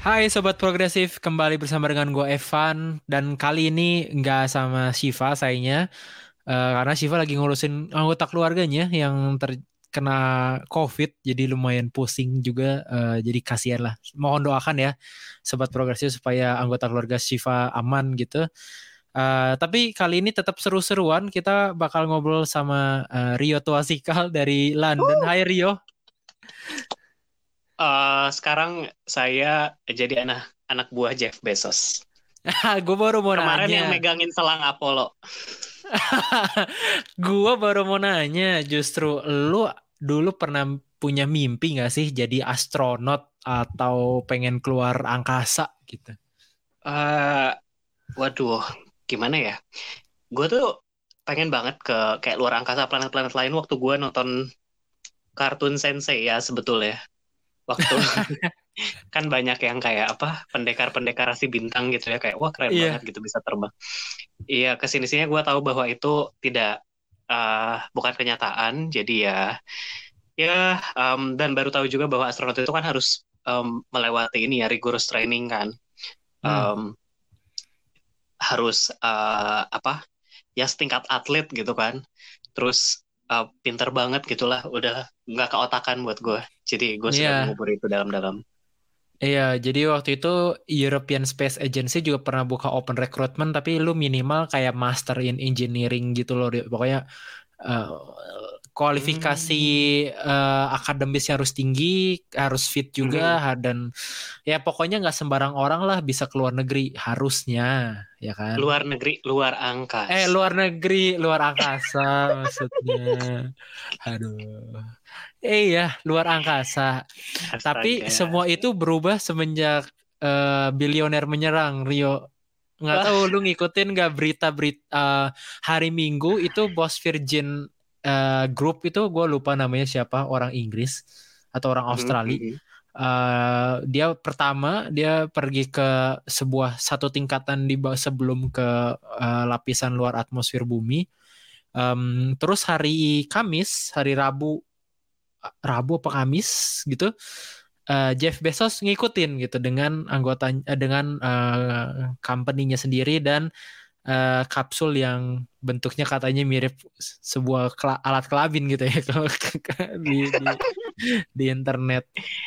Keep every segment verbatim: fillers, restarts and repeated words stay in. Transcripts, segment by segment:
Hai Sobat Progresif, kembali bersama dengan gue Evan. Dan kali ini nggak sama Shiva sayangnya. Eh, karena Shiva lagi ngurusin anggota keluarganya yang terkena COVID. Jadi lumayan pusing juga, eh, jadi kasihan lah. Mohon doakan ya Sobat Progresif supaya anggota keluarga Shiva aman gitu. Eh, tapi kali ini tetap seru-seruan. Kita bakal ngobrol sama eh, Rio Tuasikal dari London. Uh, Hai Rio. eh, sekarang saya jadi anak anak buah Jeff Bezos. Gue baru mau Kemarin yang nanya. megangin selang Apollo. Gua baru mau nanya, justru lu dulu pernah punya mimpi gak sih jadi astronot atau pengen keluar angkasa gitu? eh Waduh, gimana ya? Gue tuh pengen banget ke kayak luar angkasa planet-planet lain waktu gue nonton kartun Sensei ya sebetulnya. Waktu kan banyak yang kayak apa pendekar-pendekar rasi bintang gitu ya kayak wah keren banget Iya. gitu bisa terbang. Iya kesini-sini gue tahu bahwa itu tidak eh, bukan kenyataan. Jadi ya Ya, em, dan baru tahu juga bahwa astronot itu kan harus em, melewati ini ya rigorous training kan. Hmm. Em, Harus eh, apa? Ya setingkat atlet gitu kan. Terus eh, pinter banget gitulah. Udah nggak keotakan buat gue. Jadi gue sudah Iya. mengubur itu dalam-dalam. Iya, jadi waktu itu European Space Agency juga pernah buka open recruitment tapi lu minimal kayak master in engineering gitu loh. Rio. Pokoknya eh, kualifikasi Hmm, eh, akademisnya harus tinggi, harus fit juga, mhm. ha- dan ya pokoknya nggak sembarang orang lah bisa keluar negeri harusnya, ya kan? Luar negeri, luar Eh angkasa. luar negeri, luar angkasa maksudnya. Aduh. Eh ya luar angkasa. Tapi Astaga. semua itu berubah semenjak eh, bilioner menyerang Rio. Nggak tahu Wah. lu ngikutin nggak berita-berita eh, hari Minggu itu bos Virgin eh, Group itu gue lupa namanya siapa, orang Inggris atau orang Mhm, Australia. mhm, Eh, dia pertama dia pergi ke sebuah satu tingkatan di bawah sebelum ke eh, lapisan luar atmosfer bumi. Em, terus hari Kamis, hari Rabu, Rabu apa Kamis gitu, eh, Jeff Bezos ngikutin gitu dengan anggota eh, dengan eh, company-nya sendiri dan eh, kapsul yang bentuknya katanya mirip sebuah kela- alat kelabin gitu ya kalau di, di di internet.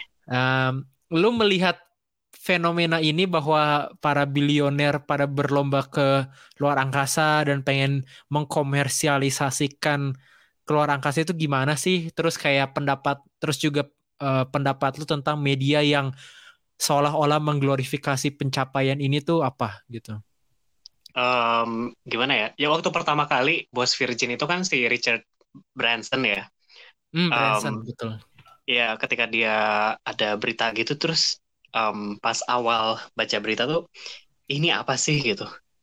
Um, Lu melihat fenomena ini bahwa para bilioner pada berlomba ke luar angkasa dan pengen mengkomersialisasikan keluar angkasa itu gimana sih? Terus kayak pendapat, terus juga eh, pendapat lu tentang media yang seolah-olah mengglorifikasi pencapaian ini tuh apa gitu? Em, Gimana ya? Ya waktu pertama kali bos Virgin itu kan si Richard Branson ya. Hmm, Em, Branson betul. Ya ketika dia ada berita gitu terus em, pas awal baca berita tuh ini apa sih gitu.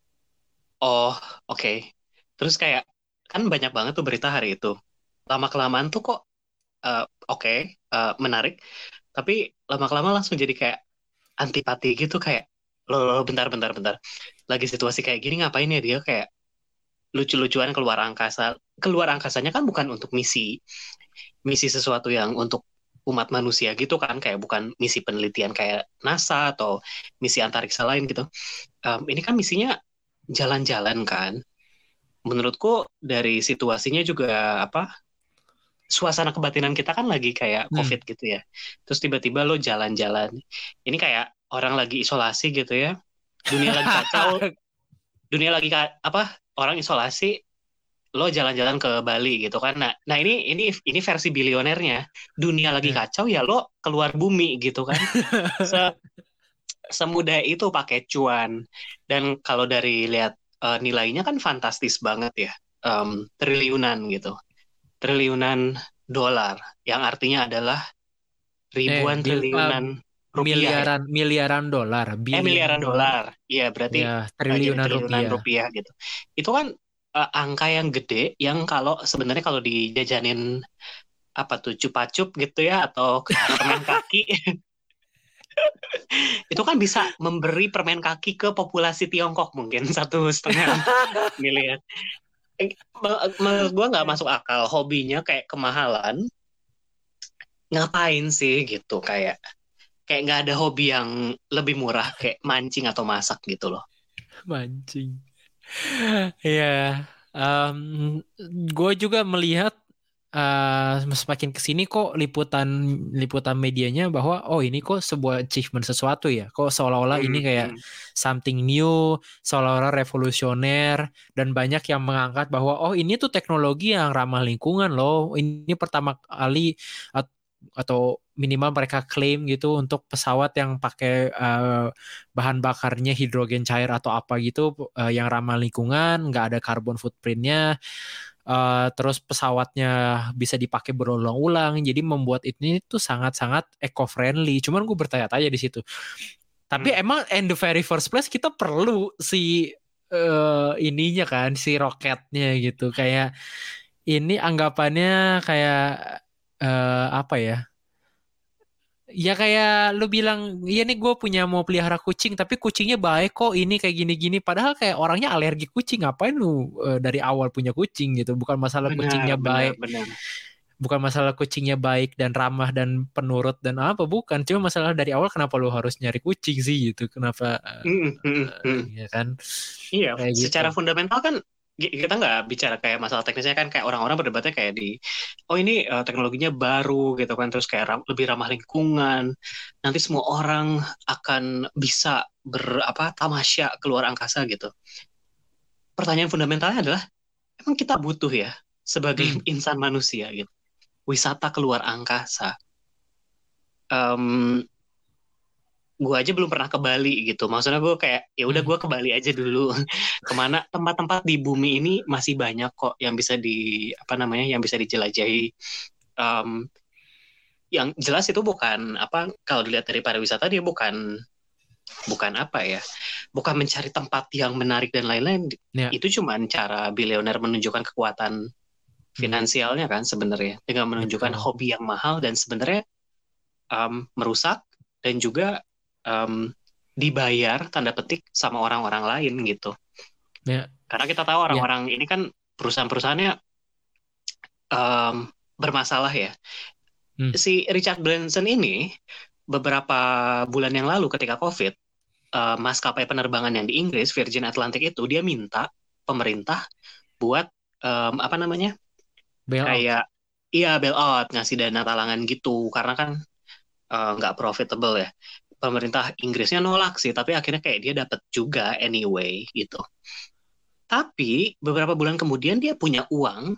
Oh, oke. Terus kayak kan banyak banget tuh berita hari itu. Lama kelamaan tuh kok eh, oke, eh, menarik, tapi lama kelamaan langsung jadi kayak antipati gitu kayak lo lo bentar bentar bentar. Lagi situasi kayak gini ngapain ya dia kayak lucu-lucuan keluar angkasa. Keluar angkasanya kan bukan untuk misi misi sesuatu yang untuk umat manusia gitu kan kayak bukan misi penelitian kayak NASA atau misi antariksa lain gitu. Em, ini kan misinya jalan-jalan kan. Menurutku dari situasinya juga apa suasana kebatinan kita kan lagi kayak Hmm. COVID gitu ya. Terus tiba-tiba lo jalan-jalan. Ini kayak orang lagi isolasi gitu ya. Dunia lagi kacau, dunia lagi ka- apa? Orang isolasi, lo jalan-jalan ke Bali gitu kan. Nah, nah ini ini ini versi bilionernya. Dunia lagi Ya. kacau ya lo keluar bumi gitu kan. Se Semudah itu pakai cuan. Dan kalau dari lihat eh, nilainya kan fantastis banget ya. Em, triliunan gitu. Triliunan dolar yang artinya adalah Eh, ribuan bil, eh, triliunan rupiah ya. miliaran miliaran dolar, Eh billion miliaran dollar, dolar. Iya, berarti ya eh, jadi triliunan triliunan rupiah. rupiah gitu. Itu kan eh, angka yang gede yang kalau sebenarnya kalau dijajanin apa tuh cupa-cup gitu ya atau permen kaki itu kan bisa memberi permen kaki ke populasi Tiongkok mungkin satu setengah miliar. Eh, Menurut gua nggak masuk akal hobinya kayak kemahalan ngapain sih gitu kayak kayak nggak ada hobi yang lebih murah kayak mancing atau masak gitu loh. Mancing. Iya, em, gue juga melihat eh, semakin kesini kok liputan liputan medianya bahwa oh ini kok sebuah achievement sesuatu ya, kok seolah-olah ini Hmm, kayak hmm, something new, seolah-olah revolusioner dan banyak yang mengangkat bahwa oh ini tuh teknologi yang ramah lingkungan loh, ini pertama kali at- atau minimal mereka klaim gitu untuk pesawat yang pakai eh, bahan bakarnya hidrogen cair atau apa gitu eh, yang ramah lingkungan, nggak ada carbon footprintnya, eh, terus pesawatnya bisa dipakai berulang-ulang, jadi membuat ini tuh sangat-sangat eco-friendly. Cuman gue bertanya-tanya di situ. Tapi hmm. emang in the very first place kita perlu si eh, ininya kan, si roketnya gitu. Kayak ini anggapannya kayak eh, apa ya? Ya kayak lu bilang, iya nih gue punya mau pelihara kucing, tapi kucingnya baik kok ini kayak gini-gini. Padahal kayak orangnya alergi kucing, ngapain lu eh, dari awal punya kucing gitu? Bukan masalah Benar, kucingnya benar, baik, benar. bukan masalah kucingnya baik dan ramah dan penurut dan apa, bukan. Cuma masalah dari awal kenapa lu harus nyari kucing sih gitu? Kenapa? Hmm, hmm, eh, hmm. ya kan? Iya, Kayak gitu. secara fundamental kan gi- kita nggak bicara kayak masalah teknisnya kan kayak orang-orang berdebatnya kayak di oh ini eh, teknologinya baru gitu kan terus kayak ram- lebih ramah lingkungan nanti semua orang akan bisa ber apa tamasya keluar angkasa gitu. Pertanyaan fundamentalnya adalah emang kita butuh ya sebagai Hmm. insan manusia gitu wisata keluar angkasa. Em, gue aja belum pernah ke Bali gitu. Maksudnya gue kayak ya udah Hmm. gue ke Bali aja dulu. Kemana tempat-tempat di bumi ini masih banyak kok yang bisa di apa namanya yang bisa dijelajahi. Em, yang jelas itu bukan apa kalau dilihat dari pariwisata dia bukan bukan apa ya bukan mencari tempat yang menarik dan lain-lain. Ya. Itu cuma cara bilioner menunjukkan kekuatan Hmm. finansialnya kan sebenarnya dengan menunjukkan Betul. hobi yang mahal dan sebenarnya em, merusak dan juga em, dibayar tanda petik sama orang-orang lain gitu. Ya. Karena kita tahu Ya. orang-orang ini kan perusahaan-perusahaannya em, bermasalah ya. Hmm. Si Richard Branson ini beberapa bulan yang lalu ketika COVID, eh, maskapai penerbangan yang di Inggris, Virgin Atlantic itu dia minta pemerintah buat em, apa namanya? Bail out. Kayak iya bailout, ngasih dana talangan gitu karena kan eh, nggak profitable ya. Pemerintah Inggrisnya nolak sih, tapi akhirnya kayak dia dapat juga anyway gitu. Tapi beberapa bulan kemudian dia punya uang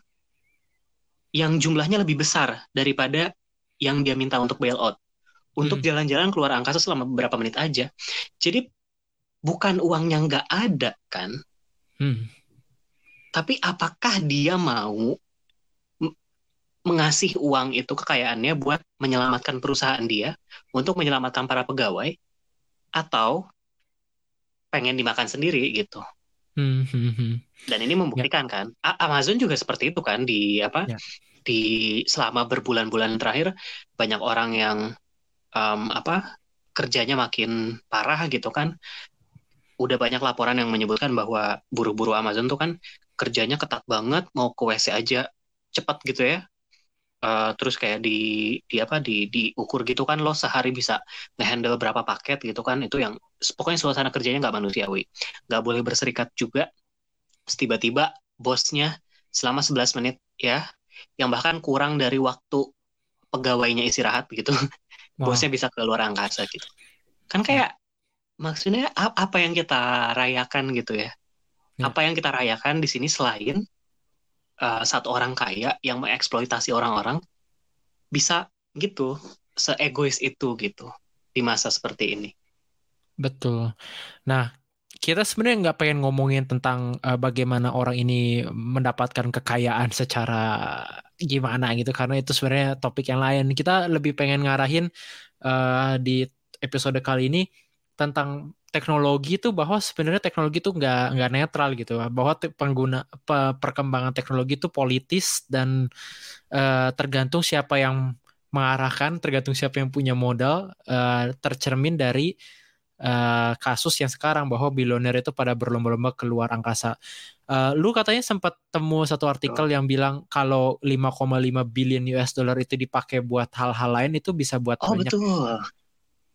yang jumlahnya lebih besar daripada yang dia minta untuk bailout. Untuk Hmm. jalan-jalan keluar angkasa selama beberapa menit aja. Jadi bukan uangnya nggak ada kan, Hmm. tapi apakah dia mau m- mengasih uang itu kekayaannya buat menyelamatkan perusahaan dia, untuk menyelamatkan para pegawai, atau pengen dimakan sendiri gitu. Hmm. Hmm. Hmm. Dan ini Ya. membuktikan kan, A- Amazon juga seperti itu kan di apa Ya. di selama berbulan-bulan terakhir banyak orang yang em, apa kerjanya makin parah gitu kan. Udah banyak laporan yang menyebutkan bahwa buruh-buruh Amazon tuh kan kerjanya ketat banget, mau ke W C aja cepat gitu ya. Eh, terus kayak di di apa di diukur gitu kan lo sehari bisa ngehandle berapa paket gitu kan itu yang pokoknya suasana kerjanya nggak manusiawi, nggak boleh berserikat juga. Terus tiba-tiba bosnya selama sebelas menit ya yang bahkan kurang dari waktu pegawainya istirahat gitu bosnya Wow. bisa keluar angkasa gitu kan Ya. kayak maksudnya a- apa yang kita rayakan gitu ya Ya. apa yang kita rayakan di sini selain uh, satu orang kaya yang mengeksploitasi orang-orang bisa gitu seegois itu gitu di masa seperti ini. Betul. Nah, kita sebenarnya nggak pengen ngomongin tentang eh, bagaimana orang ini mendapatkan kekayaan secara gimana gitu, karena itu sebenarnya topik yang lain. Kita lebih pengen ngarahin eh, di episode kali ini tentang teknologi itu, bahwa sebenarnya teknologi itu nggak nggak netral gitu, bahwa te- pengguna pe- perkembangan teknologi itu politis dan eh, tergantung siapa yang mengarahkan, tergantung siapa yang punya modal, eh, tercermin dari eh, kasus yang sekarang bahwa bilioner itu pada berlomba-lomba keluar angkasa. Eh, lu katanya sempat temu satu artikel Tuh. yang bilang kalau lima koma lima billion U S dollar itu dipakai buat hal-hal lain itu bisa buat Oh banyak. betul,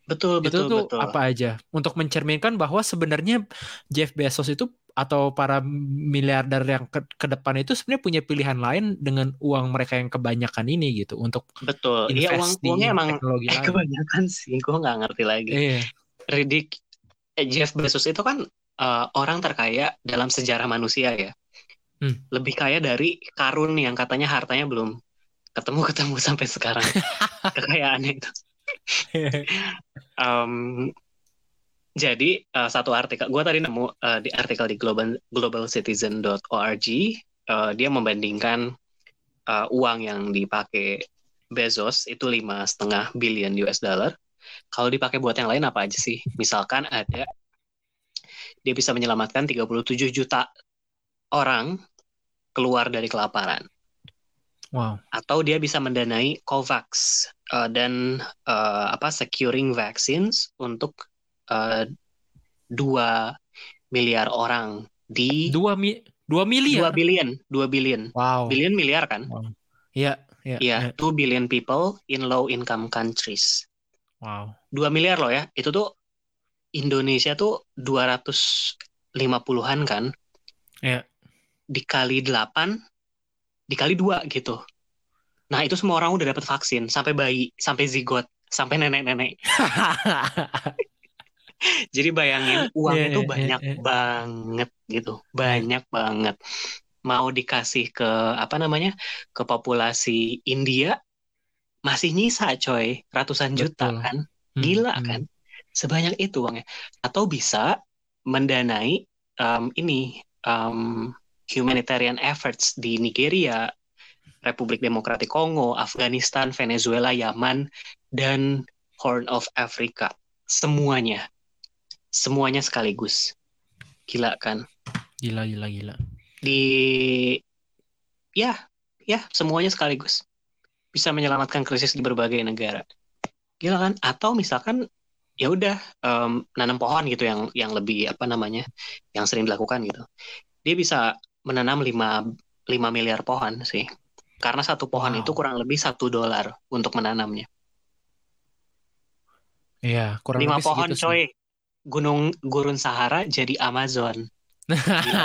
Betul, Itu betul, tuh betul. apa aja untuk mencerminkan bahwa sebenarnya Jeff Bezos itu atau para miliarder yang ke, ke depan itu sebenarnya punya pilihan lain dengan uang mereka yang kebanyakan ini gitu untuk Betul. Iya, uang invest uangnya di emang teknologi eh, lain. kebanyakan sih. Gue nggak ngerti lagi. Iya. Ridik eh, Jeff Bezos itu kan eh, orang terkaya dalam sejarah manusia ya. Hmm. Lebih kaya dari Karun yang katanya hartanya belum ketemu-ketemu sampai sekarang. Kekayaannya itu. Um, jadi uh, satu artikel, gue tadi nemu uh, di artikel di global globalcitizen dot org, uh, dia membandingkan uh, uang yang dipakai Bezos itu lima setengah billion U S dollar. Kalau dipakai buat yang lain apa aja sih? Misalkan ada dia bisa menyelamatkan tiga puluh tujuh juta orang keluar dari kelaparan. Wow. Atau dia bisa mendanai COVAX uh, dan uh, apa securing vaccines untuk uh, dua miliar orang di Dua mi dua dua miliar. billion, dua billion. Wow. Billion miliar kan? Wow. Iya, iya, Iya, iya. two billion people in low income countries. Wow. Dua miliar loh ya. Itu tuh Indonesia tuh dua ratus lima puluhan kan? Iya. Dikali delapan, dikali dua gitu. Nah, itu semua orang udah dapat vaksin, sampai bayi, sampai zigot, sampai nenek-nenek. Jadi bayangin Iya, uangnya tuh iya, iya, banyak iya. banget gitu, Iya. banyak banget. Mau dikasih ke apa namanya, ke populasi India masih nyisa coy, ratusan juta Betul. kan, Hmm, gila hmm. kan, sebanyak itu uangnya. Atau bisa mendanai um, ini um, humanitarian efforts di Nigeria, Republik Demokratik Kongo, Afghanistan, Venezuela, Yaman, dan Horn of Africa. Semuanya. Semuanya sekaligus. Gila kan? Gila, gila, gila. Di ya, ya semuanya sekaligus. Bisa menyelamatkan krisis di berbagai negara. Gila kan? Atau misalkan ya udah um, nanam pohon gitu yang yang lebih apa namanya? Yang sering dilakukan gitu. Dia bisa menanam lima lima miliar pohon sih. Karena satu pohon itu Wow. kurang lebih satu dolar untuk menanamnya. Iya, kurang Lima lebih pohon segitu sih. coy. Gunung Gurun Sahara jadi Amazon. Gila.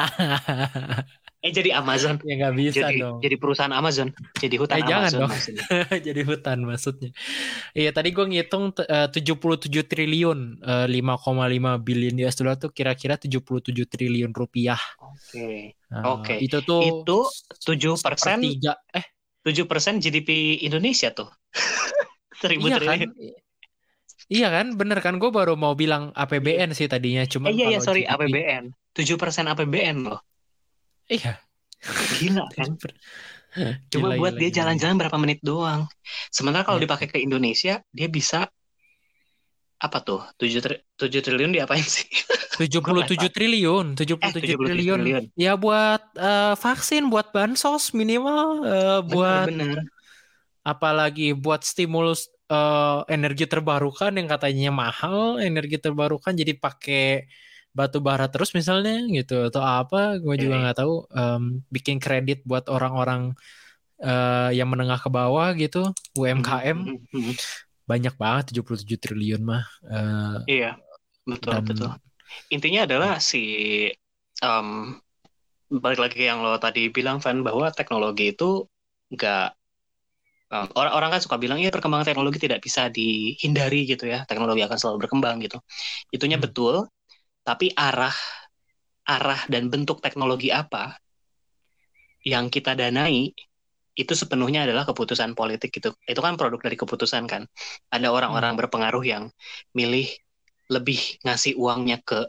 Eh jadi Amazon. Ya nggak bisa Jadi dong. jadi perusahaan Amazon. Jadi hutan Eh jangan Amazon dong. maksudnya. Jadi hutan maksudnya. Iya tadi gue ngitung t- eh, tujuh puluh tujuh triliun eh, lima koma lima billion U S dollar tuh kira-kira tujuh puluh tujuh triliun rupiah. Oke. Eh, Oke. itu tuh Itu s- tujuh persen sepertiga eh tujuh persen G D P Indonesia tuh. Seribu iya kan? triliun. Iya kan? Bener kan? Gue baru mau bilang Iya. A P B N sih tadinya. Eh Cuman iya ya kalau sorry G D P, A P B N. tujuh persen A P B N loh. iya. Gila kan? Cuma Gila, buat gila, dia gila, gila. jalan-jalan berapa menit doang. Sementara kalau Ya. dipakai ke Indonesia, dia bisa apa tuh? tujuh tri- tujuh triliun diapain sih? tujuh Gue puluh nggak tujuh tahu. triliun, tujuh puluh Eh, tujuh tujuh puluh tujuh triliun. triliun. Ya buat eh, vaksin, buat bansos minimal, eh, buat Bener-bener. apalagi buat stimulus eh, energi terbarukan yang katanya mahal, energi terbarukan jadi pakai batu bara terus misalnya gitu atau apa, gue juga Oke. nggak tahu. Em, bikin kredit buat orang-orang eh, yang menengah ke bawah gitu, Mhm, U M K M mhm, mhm. banyak banget tujuh puluh tujuh triliun mah. Eh, Iya, betul, dan betul. Intinya adalah si em, balik lagi ke yang lo tadi bilang, Van, bahwa teknologi itu nggak em, orang-orang kan suka bilang ya perkembangan teknologi tidak bisa dihindari gitu ya, teknologi akan selalu berkembang gitu. Itunya hmm, betul, tapi arah arah dan bentuk teknologi apa yang kita danai itu sepenuhnya adalah keputusan politik gitu. Itu kan produk dari keputusan kan. Ada hmm, orang-orang berpengaruh yang milih lebih ngasih uangnya ke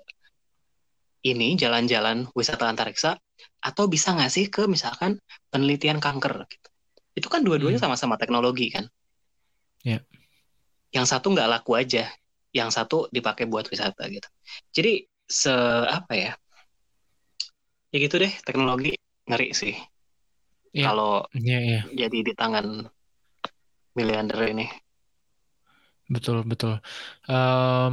ini jalan-jalan wisata antariksa atau bisa ngasih ke misalkan penelitian kanker gitu. Itu kan dua-duanya hmm, sama-sama teknologi kan. ya. Yang satu nggak laku aja, yang satu dipakai buat wisata gitu. Jadi se apa ya? Ya gitu deh teknologi ngeri sih Ya, kalau ya, ya, jadi di tangan miliarder ini. betul, betul. Em,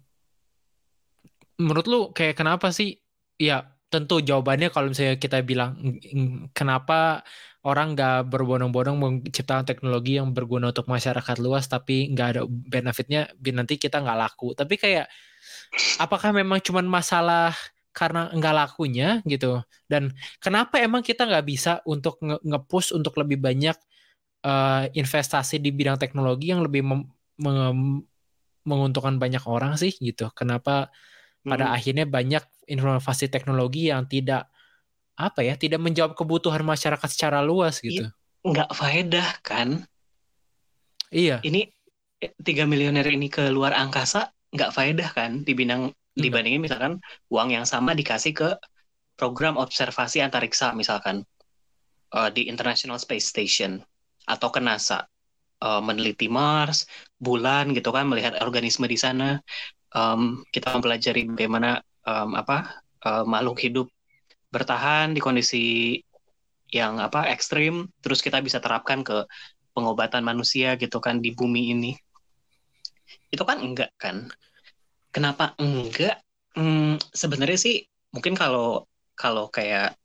menurut lu kayak kenapa sih? Ya, tentu jawabannya kalau misalnya kita bilang "Mm, mm, kenapa orang nggak berbondong-bondong menciptakan teknologi yang berguna untuk masyarakat luas tapi nggak ada benefitnya, nanti kita nggak laku. Tapi kayak apakah memang cuma masalah karena nggak lakunya gitu? Dan kenapa emang kita nggak bisa untuk nge- nge-push untuk lebih banyak uh, investasi di bidang teknologi yang lebih mem- mem- menguntungkan banyak orang sih gitu? Kenapa pada Hmm. akhirnya banyak inovasi teknologi yang tidak apa ya, tidak menjawab kebutuhan masyarakat secara luas gitu? It- nggak faedah kan? Iya, Ini eh, tiga miliuner ini ke luar angkasa nggak faedah kan dibanding enggak. dibandingin misalkan uang yang sama dikasih ke program observasi antariksa misalkan eh, di International Space Station atau ke NASA eh, meneliti Mars, bulan gitu kan, melihat organisme di sana. Em, kita mempelajari bagaimana em, apa eh, makhluk hidup bertahan di kondisi yang apa ekstrim, terus kita bisa terapkan ke pengobatan manusia gitu kan di bumi ini. Itu kan enggak kan? Kenapa enggak? Hmm, sebenarnya sih mungkin kalau kalau kayak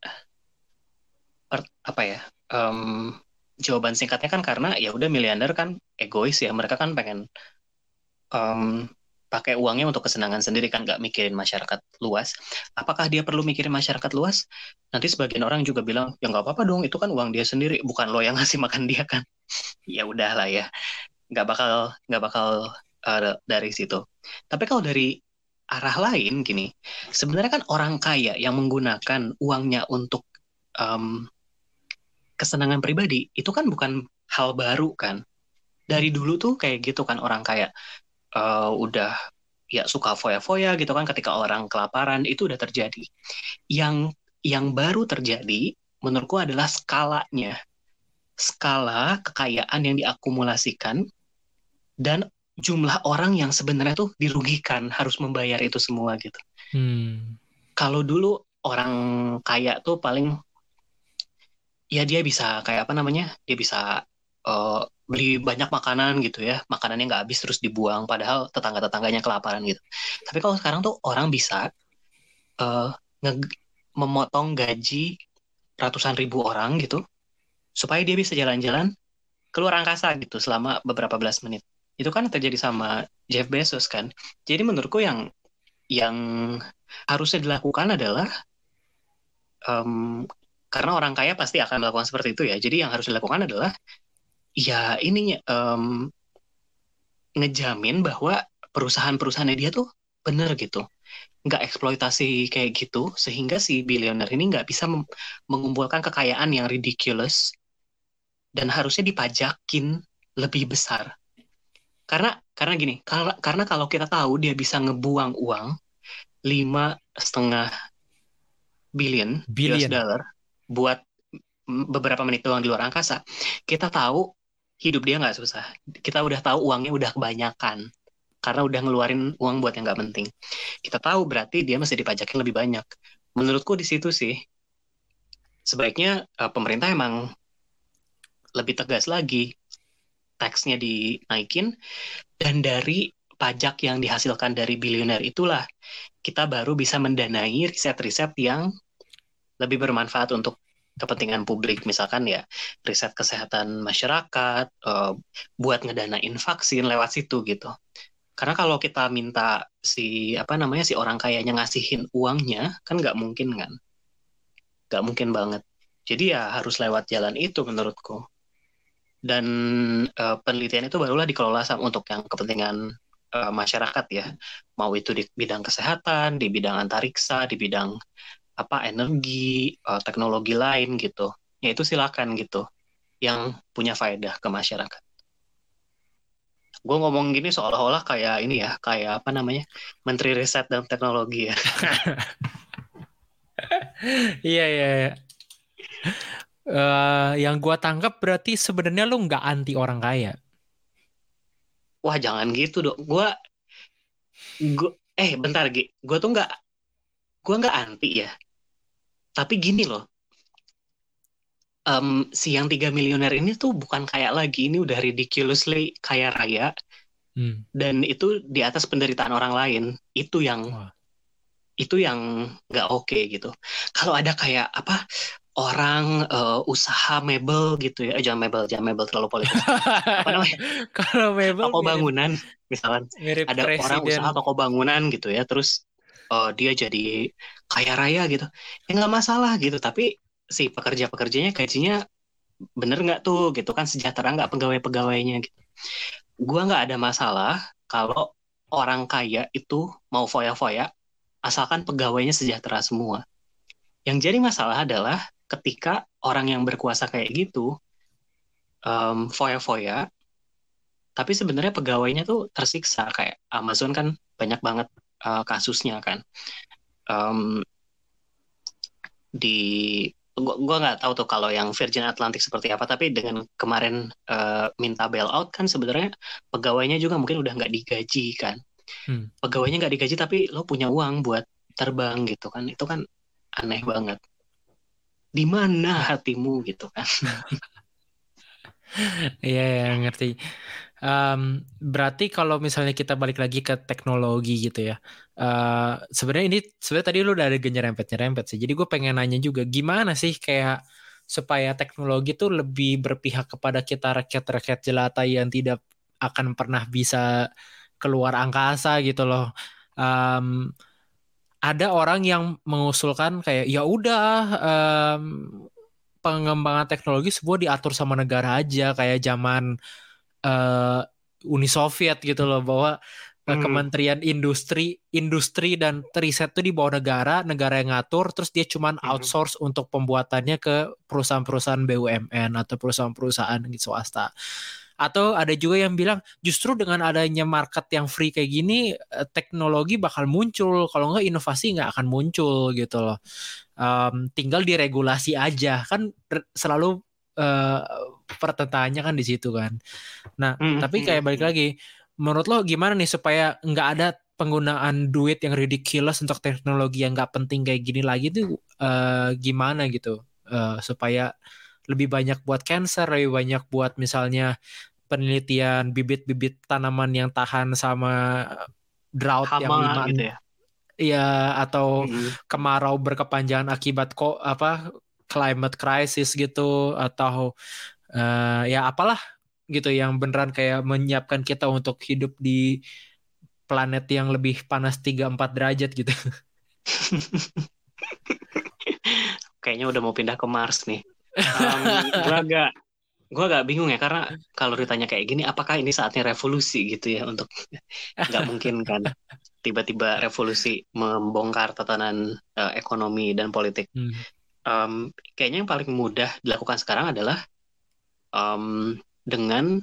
per- apa ya? em, jawaban singkatnya kan karena ya udah miliarder kan egois ya, mereka kan pengen em, pakai uangnya untuk kesenangan sendiri kan, nggak mikirin masyarakat luas. Apakah dia perlu mikirin masyarakat luas? Nanti sebagian orang juga bilang ya nggak apa-apa dong, itu kan uang dia sendiri, bukan lo yang ngasih makan dia kan. Ya udahlah ya, nggak bakal nggak bakal eh, dari situ. Tapi kalau dari arah lain gini, sebenarnya kan orang kaya yang menggunakan uangnya untuk em, kesenangan pribadi itu kan bukan hal baru kan. Dari dulu tuh kayak gitu kan, orang kaya eh, udah ya suka foya-foya gitu kan, ketika orang kelaparan itu udah terjadi. Yang yang baru terjadi menurutku adalah skalanya, skala kekayaan yang diakumulasikan dan jumlah orang yang sebenarnya tuh dirugikan harus membayar itu semua gitu. Hmm. Kalau dulu orang kaya tuh paling ya dia bisa kayak apa namanya, dia bisa eh, beli banyak makanan gitu ya, makanannya nggak habis terus dibuang padahal tetangga-tetangganya kelaparan gitu. Tapi kalau sekarang tuh orang bisa eh, nge- memotong gaji ratusan ribu orang gitu supaya dia bisa jalan-jalan keluar angkasa gitu selama beberapa belas menit. Itu kan terjadi sama Jeff Bezos kan. Jadi menurutku yang yang harusnya dilakukan adalah em, karena orang kaya pasti akan melakukan seperti itu ya. Jadi yang harus dilakukan adalah ya ininya em, ngejamin bahwa perusahaan-perusahaannya dia tuh bener gitu, nggak eksploitasi kayak gitu sehingga si bilioner ini nggak bisa mem- mengumpulkan kekayaan yang ridiculous dan harusnya dipajakin lebih besar. Karena karena gini, karena karena kalau kita tahu dia bisa ngebuang uang lima setengah billion U S Billion. dollar buat beberapa menit doang di luar angkasa, kita tahu hidup dia nggak susah. Kita udah tahu uangnya udah kebanyakan karena udah ngeluarin uang buat yang nggak penting. Kita tahu berarti dia mesti dipajakin lebih banyak. Menurutku di situ sih sebaiknya uh, pemerintah emang lebih tegas lagi, taxnya dinaikin, dan dari pajak yang dihasilkan dari bilioner itulah kita baru bisa mendanai riset-riset yang lebih bermanfaat untuk kepentingan publik, misalkan ya riset kesehatan masyarakat, uh, buat ngedanain vaksin lewat situ gitu. Karena kalau kita minta si apa namanya si orang kayanya ngasihin uangnya kan nggak mungkin kan, nggak mungkin banget. Jadi ya harus lewat jalan itu menurutku. Dan uh, penelitian itu barulah dikelola sama untuk yang kepentingan uh, masyarakat ya. Mau itu di bidang kesehatan, di bidang antariksa, di bidang apa energi, uh, teknologi lain gitu. Ya itu silakan gitu. Yang punya faedah ke masyarakat. Gue ngomong gini seolah-olah kayak ini ya, kayak apa namanya, Menteri Riset dan Teknologi ya. Iya, iya, iya. Eh, yang gua tangkap berarti sebenarnya lu nggak anti orang kaya. Wah jangan gitu dong. Gue, gue, eh bentar Gi, gue tuh nggak, gue nggak anti ya. Tapi gini loh, em, si yang tiga miliuner ini tuh bukan kayak lagi, ini udah ridiculously kaya raya, Hmm. dan itu di atas penderitaan orang lain. Itu yang Wah. itu yang nggak oke gitu. Kalau ada kayak apa orang uh, usaha mebel gitu ya, eh, jangan mebel, jangan mebel terlalu politis. Apa namanya? Kalau mebel Toko mirip bangunan, misalkan mirip ada orang usaha presiden. toko bangunan gitu ya, terus uh, dia jadi kaya raya gitu, ya nggak masalah gitu. Tapi si pekerja-pekerjanya gajinya bener nggak tuh gitu kan, sejahtera nggak pegawai-pegawainya gitu. Gua nggak ada masalah kalau orang kaya itu mau foya-foya asalkan pegawainya sejahtera semua. Yang jadi masalah adalah ketika orang yang berkuasa kayak gitu um, foya-foya, tapi sebenarnya pegawainya tuh tersiksa. Kayak Amazon kan banyak banget uh, kasusnya kan. Um, di gua gua nggak tahu tuh kalau yang Virgin Atlantic seperti apa, tapi dengan kemarin uh, minta bailout kan sebenarnya pegawainya juga mungkin udah nggak digaji kan. Hmm. Pegawainya nggak digaji tapi lo punya uang buat terbang gitu kan, itu kan aneh banget. Di mana hatimu gitu kan. Iya, ya, ngerti. Um, berarti kalau misalnya kita balik lagi ke teknologi gitu ya, uh, sebenarnya ini sebenarnya tadi lu udah ada nyerempet-nyerempet sih. Jadi gue pengen nanya juga, gimana sih kayak supaya teknologi tuh lebih berpihak kepada kita rakyat-rakyat jelata yang tidak akan pernah bisa keluar angkasa gitu loh. Um, ada orang yang mengusulkan kayak ya udah, um, pengembangan teknologi semua diatur sama negara aja kayak zaman eh, Uni Soviet gitu loh, bahwa eh, Hmm, Kementerian Industri Industri dan Riset tuh di bawah negara, negara yang ngatur, terus dia cuman hmm, outsource untuk pembuatannya ke perusahaan-perusahaan B U M N atau perusahaan-perusahaan gitu swasta. Atau ada juga yang bilang justru dengan adanya market yang free kayak gini, eh, teknologi bakal muncul, kalau nggak inovasi nggak akan muncul gitu loh. Um, tinggal diregulasi aja kan, re- selalu eh, pertentangannya kan di situ kan. Nah, hmm, tapi hmm, kayak balik hmm. lagi, menurut lo gimana nih supaya nggak ada penggunaan duit yang ridiculous untuk teknologi yang nggak penting kayak gini lagi tuh, eh, gimana gitu. Eh, supaya lebih banyak buat cancer, lebih banyak buat misalnya penelitian bibit-bibit tanaman yang tahan sama drought yang Hama lima, gitu ya. ya, atau Hmm. kemarau berkepanjangan akibat kok apa climate crisis gitu, atau eh, ya apalah gitu yang beneran kayak menyiapkan kita untuk hidup di planet yang lebih panas tiga empat derajat gitu. Kayaknya udah mau pindah ke Mars nih. Um, gua agak gua agak bingung ya karena kalau ditanya kayak gini, apakah ini saatnya revolusi gitu ya, untuk nggak mungkin kan tiba-tiba revolusi membongkar tatanan eh, ekonomi dan politik. Hmm. Um, kayaknya yang paling mudah dilakukan sekarang adalah um, dengan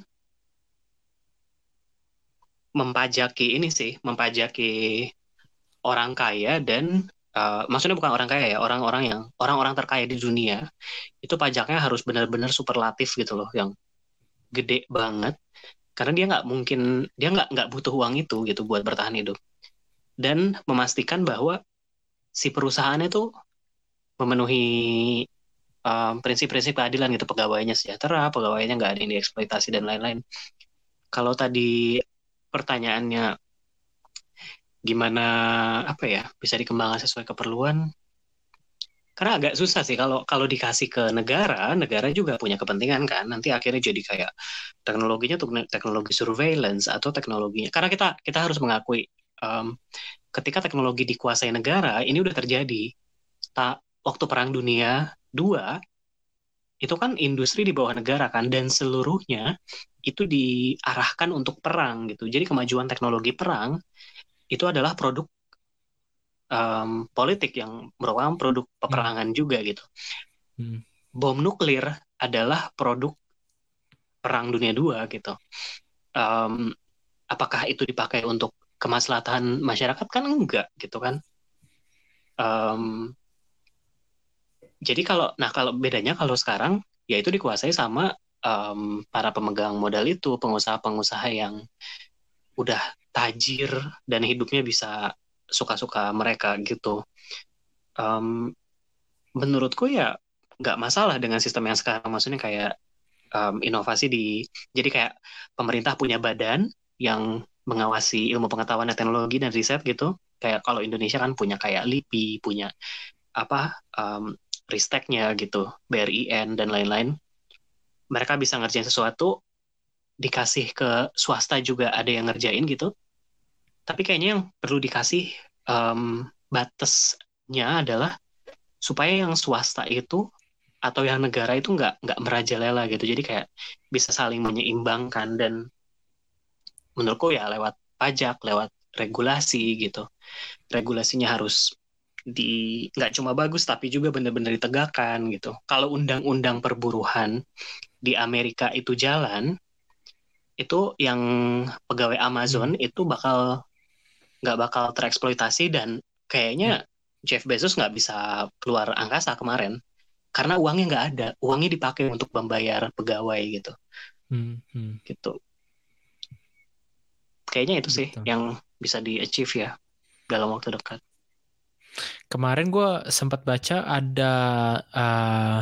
mempajaki ini sih, mempajaki orang kaya dan uh, maksudnya bukan orang kaya ya, orang-orang yang orang-orang terkaya di dunia itu pajaknya harus benar-benar superlatif gitu loh, yang gede banget karena dia nggak mungkin dia nggak nggak butuh uang itu gitu buat bertahan hidup, dan memastikan bahwa si perusahaannya tuh memenuhi um, prinsip-prinsip keadilan gitu, pegawainya sejahtera, pegawainya nggak ada yang dieksploitasi dan lain-lain. Kalau tadi pertanyaannya gimana apa ya bisa dikembangkan sesuai keperluan, karena agak susah sih kalau kalau dikasih ke negara, negara juga punya kepentingan kan. Nanti akhirnya jadi kayak teknologinya tuh teknologi surveillance atau teknologinya. Karena kita kita harus mengakui um, ketika teknologi dikuasai negara, ini udah terjadi. Tak waktu Perang Dunia Dua itu kan industri di bawah negara kan, dan seluruhnya itu diarahkan untuk perang gitu. Jadi kemajuan teknologi perang itu adalah produk um, politik yang merupakan produk Hmm. peperangan juga gitu. Hmm. Bom nuklir adalah produk Perang Dunia Dua gitu. Um, apakah itu dipakai untuk kemaslahatan masyarakat kan enggak gitu kan. Um, jadi kalau nah kalau bedanya kalau sekarang ya itu dikuasai sama um, para pemegang modal itu, pengusaha-pengusaha yang udah tajir dan hidupnya bisa suka-suka mereka gitu. Um, menurutku ya nggak masalah dengan sistem yang sekarang, maksudnya kayak um, inovasi di jadi kayak pemerintah punya badan yang mengawasi ilmu pengetahuan dan teknologi dan riset gitu, kayak kalau Indonesia kan punya kayak LIPI, punya apa um, risteknya gitu, B R I N dan lain-lain. Mereka bisa ngerjain sesuatu, dikasih ke swasta juga ada yang ngerjain gitu. Tapi kayaknya yang perlu dikasih um, batasnya adalah supaya yang swasta itu atau yang negara itu nggak nggak merajalela gitu. Jadi kayak bisa saling menyeimbangkan, dan menurutku ya lewat pajak, lewat regulasi gitu. Regulasinya harus di nggak cuma bagus tapi juga benar-benar ditegakkan gitu. Kalau undang-undang perburuhan di Amerika itu jalan, itu yang pegawai Amazon Hmm. itu bakal nggak bakal tereksploitasi, dan kayaknya Jeff Bezos nggak bisa keluar angkasa kemarin karena uangnya nggak ada, uangnya dipakai untuk membayar pegawai gitu, Hmm. Hmm. gitu. Kayaknya itu sih Betul. yang bisa di achieve ya dalam waktu dekat. Kemarin gue sempat baca ada uh,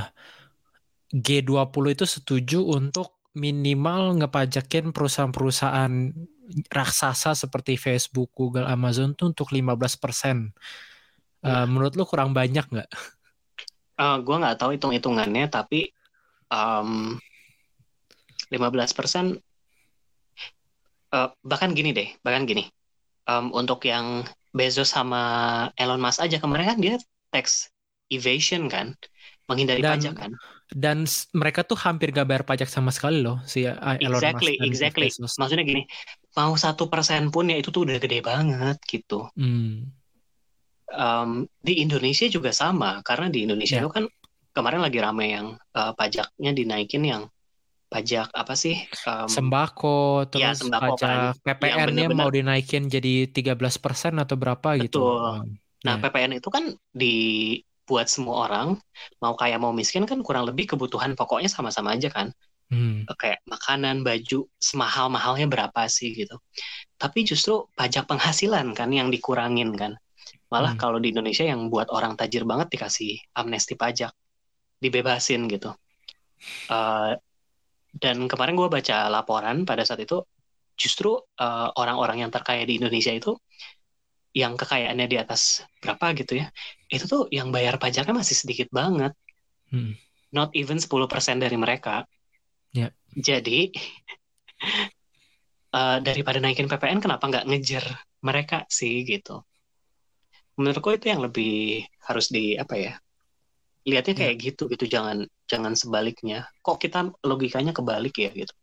G dua puluh itu setuju untuk minimal ngepajakin perusahaan-perusahaan raksasa seperti Facebook, Google, Amazon tuh untuk lima belas persen. Uh, Nah, menurut lu kurang banyak nggak? uh, gue nggak tahu hitung-hitungannya, tapi um, lima belas persen, uh, bahkan gini deh, bahkan gini, um, untuk yang Bezos sama Elon Musk aja kemarin kan dia tax evasion kan, menghindari pajak Dan kan. dan s- mereka tuh hampir gak bayar pajak sama sekali loh, si uh, Elon Musk Exactly, dan Jeff exactly. Bezos. Maksudnya gini, mau satu persen pun ya itu tuh udah gede banget gitu. Hmm. Um, di Indonesia juga sama, karena di Indonesia Ya. itu kan kemarin lagi rame yang uh, pajaknya dinaikin, yang pajak apa sih? Um, Sembako, ya terus sembako kan, pajak yang P P N-nya mau bener-bener dinaikin jadi tiga belas persen atau berapa gitu. betul. Um, Nah, ya. P P N itu kan dibuat semua orang, mau kaya mau miskin kan kurang lebih kebutuhan pokoknya sama-sama aja kan. Hmm. Kayak makanan, baju, semahal-mahalnya berapa sih gitu. Tapi justru pajak penghasilan kan yang dikurangin kan. Malah Hmm. kalau di Indonesia yang buat orang tajir banget dikasih amnesti pajak, dibebasin gitu. Uh, dan kemarin gue baca laporan pada saat itu, justru uh, orang-orang yang terkaya di Indonesia itu, yang kekayaannya di atas berapa gitu ya, itu tuh yang bayar pajaknya masih sedikit banget. Hmm. Not even sepuluh persen dari mereka. Ya. Jadi uh, daripada naikin P P N, kenapa nggak ngejar mereka sih gitu. Menurutku itu yang lebih harus di apa ya, lihatnya Ya. kayak gitu gitu, jangan jangan sebaliknya. Kok kita logikanya kebalik ya gitu.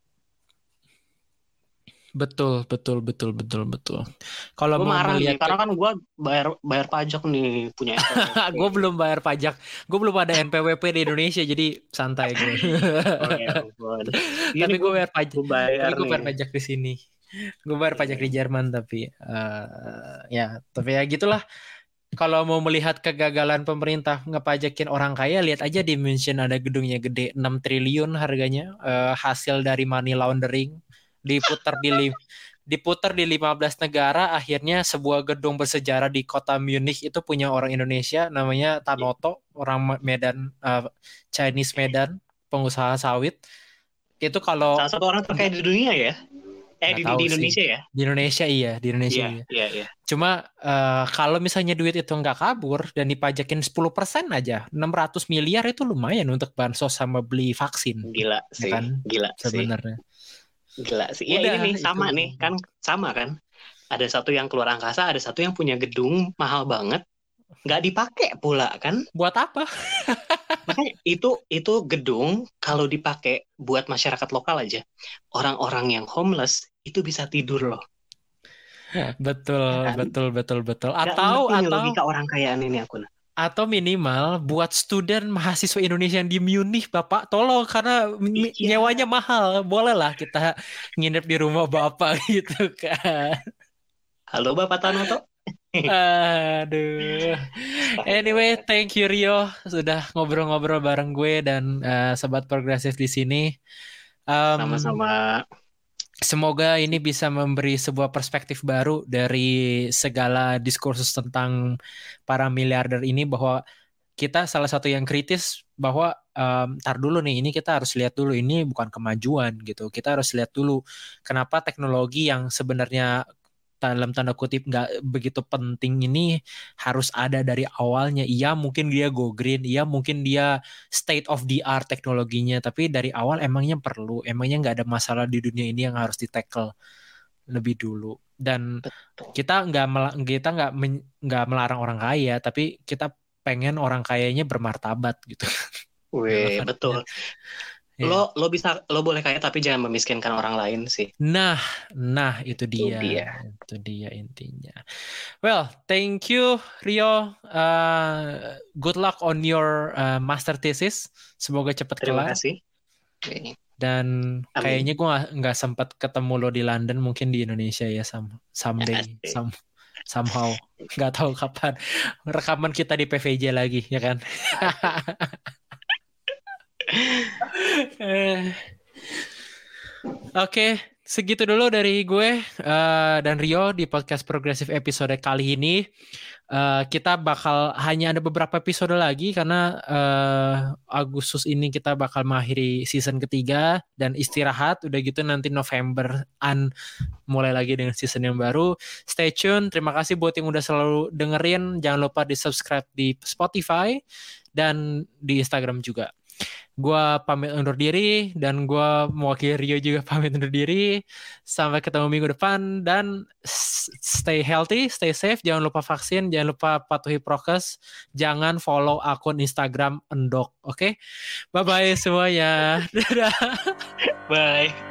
Betul, betul, betul, betul, betul. Kalau Gue mau marah nih melihat ke karena kan gue bayar bayar pajak nih, punya N P W P. gue belum bayar pajak, gue belum ada N P W P di Indonesia, jadi santai gue. Oh ya ampun. Iya Tapi nih gue gue bayar pajak, gue bayar tapi gue nih. bayar pajak di sini. Gue bayar pajak di Iya. Jerman, tapi uh, ya, tapi ya gitulah. Kalau mau melihat kegagalan pemerintah ngepajakin orang kaya, lihat aja di München ada gedungnya gede enam triliun harganya, uh, hasil dari money laundering, diputar di li- diputar di lima belas negara, akhirnya sebuah gedung bersejarah di kota Munich itu punya orang Indonesia namanya Tanoto, orang Medan, uh, Chinese Medan, pengusaha sawit. Itu kalau Salah satu orang terkaya nggak di dunia ya. Eh nggak di, tahu di sih. Indonesia ya. Di Indonesia iya, di Indonesia Iya, iya. iya, iya. Cuma uh, kalau misalnya duit itu nggak kabur dan dipajakin sepuluh persen aja, enam ratus miliar itu lumayan untuk bansos sama beli vaksin. Gila Ya sih, kan? gila sih. Sebenarnya. Gila sih. Ya ini nih Udah itu. sama nih, kan sama kan. Ada satu yang keluar angkasa, ada satu yang punya gedung mahal banget, nggak dipakai pula kan. Buat apa? Makanya itu itu gedung kalau dipakai buat masyarakat lokal aja, orang-orang yang homeless itu bisa tidur loh, Betul, ya kan? betul, betul, betul. Nggak Atau ngerti nih atau logika orang kayaan ini aku. atau minimal buat student mahasiswa Indonesia yang di Munich, Bapak, tolong karena mi- Iya, nyewanya mahal. Bolehlah kita nginep di rumah Bapak gitu kan. halo Bapak Tanoto. Aduh. Anyway, Astaga. thank you Rio sudah ngobrol-ngobrol bareng gue dan eh, sobat progresif di sini. Em, Sama-sama. Semoga ini bisa memberi sebuah perspektif baru dari segala diskursus tentang para miliarder ini, bahwa kita salah satu yang kritis bahwa um, tar dulu nih, ini kita harus lihat dulu, ini bukan kemajuan gitu. Kita harus lihat dulu kenapa teknologi yang sebenarnya dalam tanda kutip nggak begitu penting ini harus ada dari awalnya. Iya mungkin dia go green, iya mungkin dia state of the art teknologinya, tapi dari awal emangnya perlu, emangnya nggak ada masalah di dunia ini yang harus di tackle lebih dulu. Dan Betul. kita nggak kita nggak nggak melarang orang kaya, tapi kita pengen orang kayanya bermartabat gitu. Wih, betul. Yeah. Lo lo bisa lo boleh kaya tapi jangan memiskinkan orang lain sih. Nah, nah itu dia. Itu dia. Itu dia intinya. Well, thank you Rio. Uh, good luck on your uh, master thesis. Semoga cepat Terima kelar. kasih. Okay. Dan Amin. kayaknya gue nggak nggak sempat ketemu lo di London, mungkin di Indonesia ya some, someday, Ya, some, somehow. Nggak tahu kapan rekaman kita di P V J lagi, ya kan? Oke, okay, segitu dulu dari gue uh, dan Rio di podcast Progresif episode kali ini. Uh, kita bakal hanya ada beberapa episode lagi karena uh, Agustus ini kita bakal mengakhiri season ketiga dan istirahat. Udah gitu nanti Novemberan mulai lagi dengan season yang baru. Stay tune. Terima kasih buat yang udah selalu dengerin. Jangan lupa di subscribe di Spotify dan di Instagram juga. Gua pamit undur diri dan gua mewakili Rio juga pamit undur diri. Sampai ketemu minggu depan dan stay healthy, stay safe, jangan lupa vaksin, jangan lupa patuhi prokes, jangan follow akun Instagram Endok, oke? Okay? Bye bye semuanya. Dadah. Bye.